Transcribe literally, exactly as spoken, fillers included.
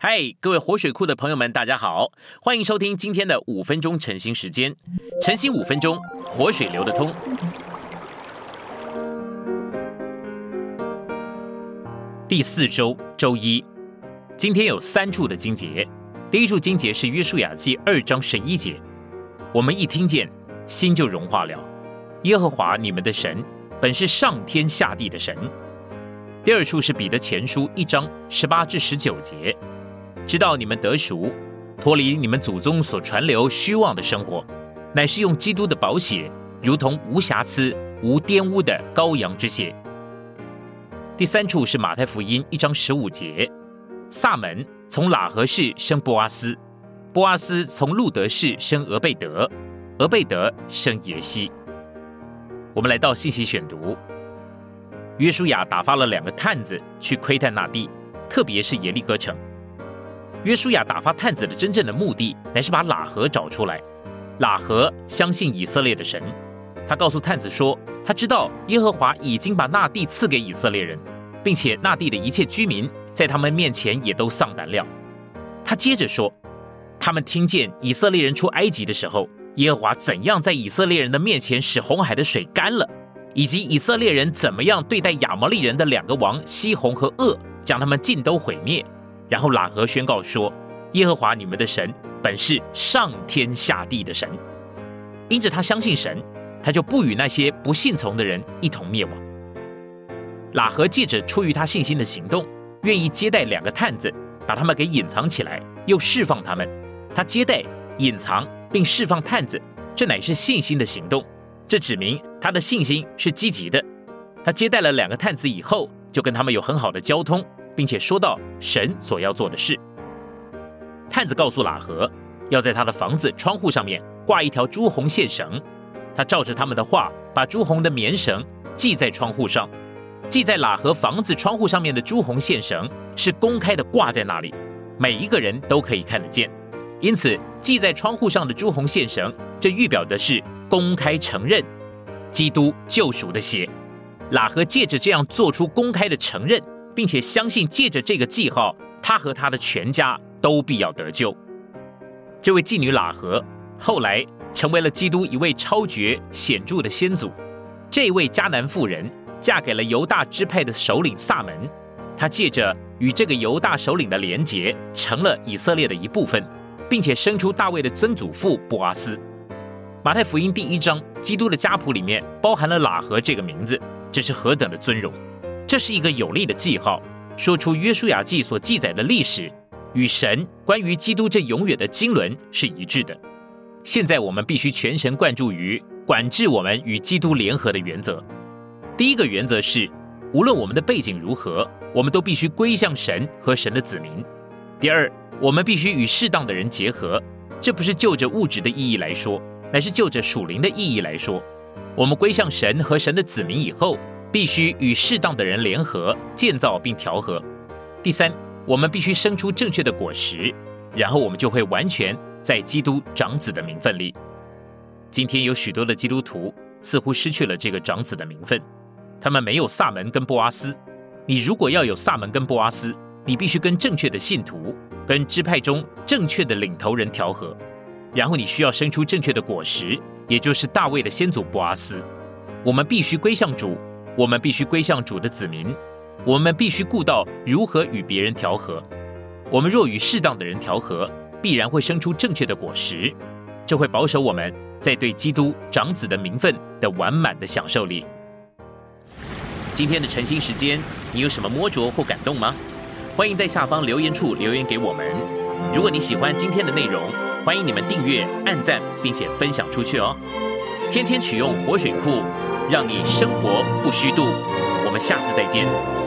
嗨，各位活水库的朋友们，大家好，欢迎收听今天的五分钟晨兴时间。晨兴五分钟，活水流得通。第四周周一，今天有三处的经节。第一处经节是约书亚记二章十一节，我们一听见，心就融化了。耶和华你们的神，本是上天下地的神。第二处是彼得前书一章十八至十九节，知道你们得赎，脱离你们祖宗所传流虚妄的生活，乃是用基督的宝血，如同无瑕疵、无玷污的羔羊之血。第三处是马太福音一章十五节，撒门从喇合氏生波阿斯，波阿斯从路德氏生俄贝德，俄贝德生耶西。我们来到信息选读，约书亚打发了两个探子去窥探那地，特别是耶利哥城。约书亚打发探子的真正的目的，乃是把喇合找出来。喇合相信以色列的神，他告诉探子说，他知道耶和华已经把那地赐给以色列人，并且那地的一切居民在他们面前也都丧胆了。他接着说，他们听见以色列人出埃及的时候，耶和华怎样在以色列人的面前使红海的水干了，以及以色列人怎么样对待亚摩利人的两个王西宏和噩，将他们尽都毁灭。然后喇合宣告说，耶和华你们的神本是上天下地的神。因着他相信神，他就不与那些不信从的人一同灭亡。喇合借着出于他信心的行动，愿意接待两个探子，把他们给隐藏起来，又释放他们。他接待、隐藏并释放探子，这乃是信心的行动，这指明他的信心是积极的。他接待了两个探子以后，就跟他们有很好的交通，并且说到神所要做的事。探子告诉喇合，要在他的房子窗户上面挂一条朱红线绳。他照着他们的话，把朱红的棉绳系在窗户上。系在喇合房子窗户上面的朱红线绳是公开的挂在那里，每一个人都可以看得见。因此系在窗户上的朱红线绳，这预表的是公开承认基督救赎的血。喇合借着这样做出公开的承认，并且相信借着这个记号，他和他的全家都必要得救。这位妓女喇合后来成为了基督一位超绝显著的先祖。这位迦南妇人嫁给了犹大支派的首领撒门，她借着与这个犹大首领的连结，成了以色列的一部分，并且生出大卫的曾祖父波阿斯。马太福音第一章，基督的家谱里面包含了喇合这个名字，这是何等的尊荣！这是一个有力的记号，说出约书亚记所记载的历史与神关于基督这永远的经纶是一致的。现在我们必须全神贯注于管制我们与基督联合的原则。第一个原则是，无论我们的背景如何，我们都必须归向神和神的子民。第二，我们必须与适当的人结合，这不是就着物质的意义来说，乃是就着属灵的意义来说。我们归向神和神的子民以后，必须与适当的人联合，建造并调和。第三，我们必须生出正确的果实，然后我们就会完全在基督长子的名分里。今天有许多的基督徒似乎失去了这个长子的名分，他们没有撒门跟波阿斯。你如果要有撒门跟波阿斯，你必须跟正确的信徒，跟支派中正确的领头人调和，然后你需要生出正确的果实，也就是大卫的先祖波阿斯。我们必须归向主，我们必须归向主的子民，我们必须顾到如何与别人调和。我们若与适当的人调和，必然会生出正确的果实，这会保守我们在对基督长子的名分的完满的享受里。今天的晨兴时间，你有什么摸着或感动吗？欢迎在下方留言处留言给我们。如果你喜欢今天的内容，欢迎你们订阅、按赞，并且分享出去哦。天天取用活水库，让你生活不虚度。我们下次再见。